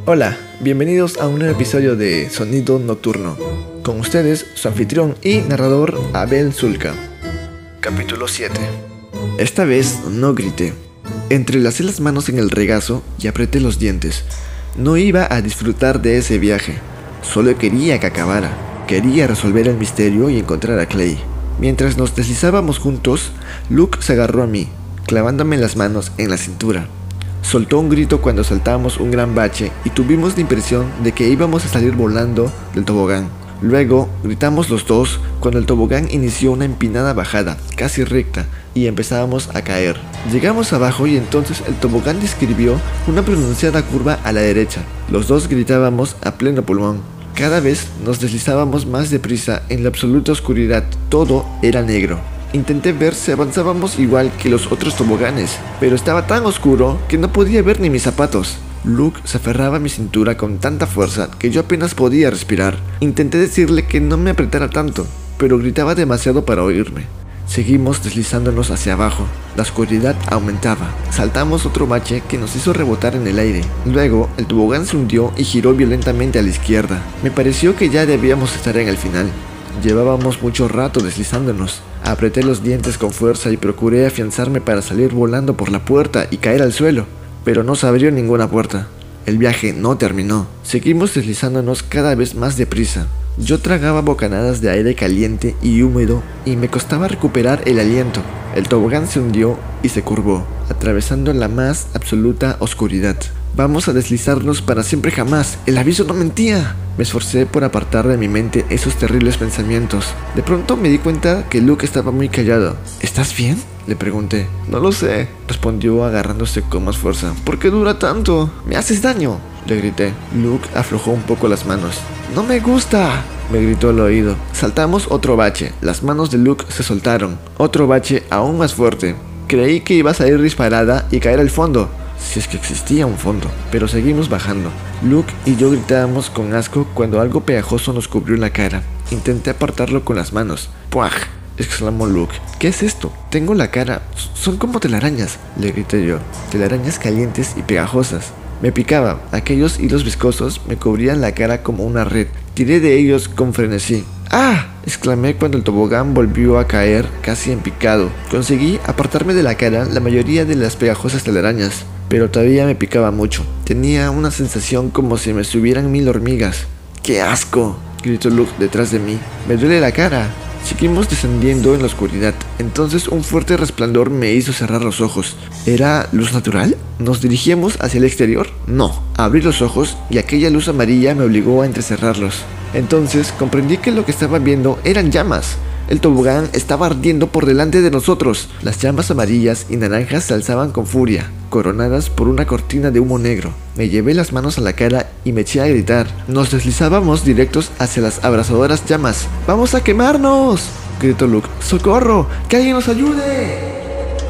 Hola, bienvenidos a un nuevo episodio de Sonido Nocturno. Con ustedes, su anfitrión y narrador Abel Zulka. Capítulo 7. Esta vez no grité. Entrelacé las manos en el regazo y apreté los dientes. No iba a disfrutar de ese viaje. Solo quería que acabara. Quería resolver el misterio y encontrar a Clay. Mientras nos deslizábamos juntos, Luke se agarró a mí, clavándome las manos en la cintura. Soltó un grito cuando saltamos un gran bache y tuvimos la impresión de que íbamos a salir volando del tobogán. Luego gritamos los dos cuando el tobogán inició una empinada bajada, casi recta, y empezábamos a caer. Llegamos abajo y entonces el tobogán describió una pronunciada curva a la derecha. Los dos gritábamos a pleno pulmón. Cada vez nos deslizábamos más deprisa en la absoluta oscuridad. Todo era negro. Intenté ver si avanzábamos igual que los otros toboganes, pero estaba tan oscuro que no podía ver ni mis zapatos. Luke se aferraba a mi cintura con tanta fuerza que yo apenas podía respirar. Intenté decirle que no me apretara tanto, pero gritaba demasiado para oírme. Seguimos deslizándonos hacia abajo. La oscuridad aumentaba. Saltamos otro bache que nos hizo rebotar en el aire. Luego, el tobogán se hundió y giró violentamente a la izquierda. Me pareció que ya debíamos estar en el final. Llevábamos mucho rato deslizándonos. Apreté los dientes con fuerza y procuré afianzarme para salir volando por la puerta y caer al suelo. Pero no se abrió ninguna puerta. El viaje no terminó. Seguimos deslizándonos cada vez más deprisa. Yo tragaba bocanadas de aire caliente y húmedo y me costaba recuperar el aliento. El tobogán se hundió y se curvó, atravesando la más absoluta oscuridad. Vamos a deslizarnos para siempre jamás. El aviso no mentía. Me esforcé por apartar de mi mente esos terribles pensamientos. De pronto me di cuenta que Luke estaba muy callado. ¿Estás bien?, le pregunté. No lo sé, respondió agarrándose con más fuerza. ¿Por qué dura tanto? ¡Me haces daño!, le grité. Luke aflojó un poco las manos. ¡No me gusta!, me gritó al oído. Saltamos otro bache. Las manos de Luke se soltaron. Otro bache aún más fuerte. Creí que iba a salir disparada y caer al fondo, si es que existía un fondo, pero seguimos bajando. Luke y yo gritábamos con asco cuando algo pegajoso nos cubrió la cara. Intenté apartarlo con las manos. ¡Puaj!, exclamó Luke. ¿Qué es esto? Tengo la cara... Son como telarañas, le grité yo. Telarañas calientes y pegajosas. Me picaba. Aquellos hilos viscosos me cubrían la cara como una red. Tiré de ellos con frenesí. ¡Ah!, exclamé cuando el tobogán volvió a caer casi en picado. Conseguí apartarme de la cara la mayoría de las pegajosas telarañas, pero todavía me picaba mucho. Tenía una sensación como si me subieran 1000 hormigas. ¡Qué asco!, gritó Luke detrás de mí. ¡Me duele la cara! Seguimos descendiendo en la oscuridad. Entonces un fuerte resplandor me hizo cerrar los ojos. ¿Era luz natural? ¿Nos dirigíamos hacia el exterior? No. Abrí los ojos y aquella luz amarilla me obligó a entrecerrarlos. Entonces comprendí que lo que estaba viendo eran llamas. El tobogán estaba ardiendo por delante de nosotros. Las llamas amarillas y naranjas se alzaban con furia, coronadas por una cortina de humo negro. Me llevé las manos a la cara y me eché a gritar. Nos deslizábamos directos hacia las abrasadoras llamas. ¡Vamos a quemarnos!, gritó Luke. ¡Socorro! ¡Que alguien nos ayude!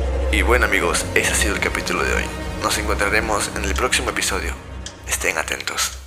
Y bueno, amigos, ese ha sido el capítulo de hoy. Nos encontraremos en el próximo episodio. Estén atentos.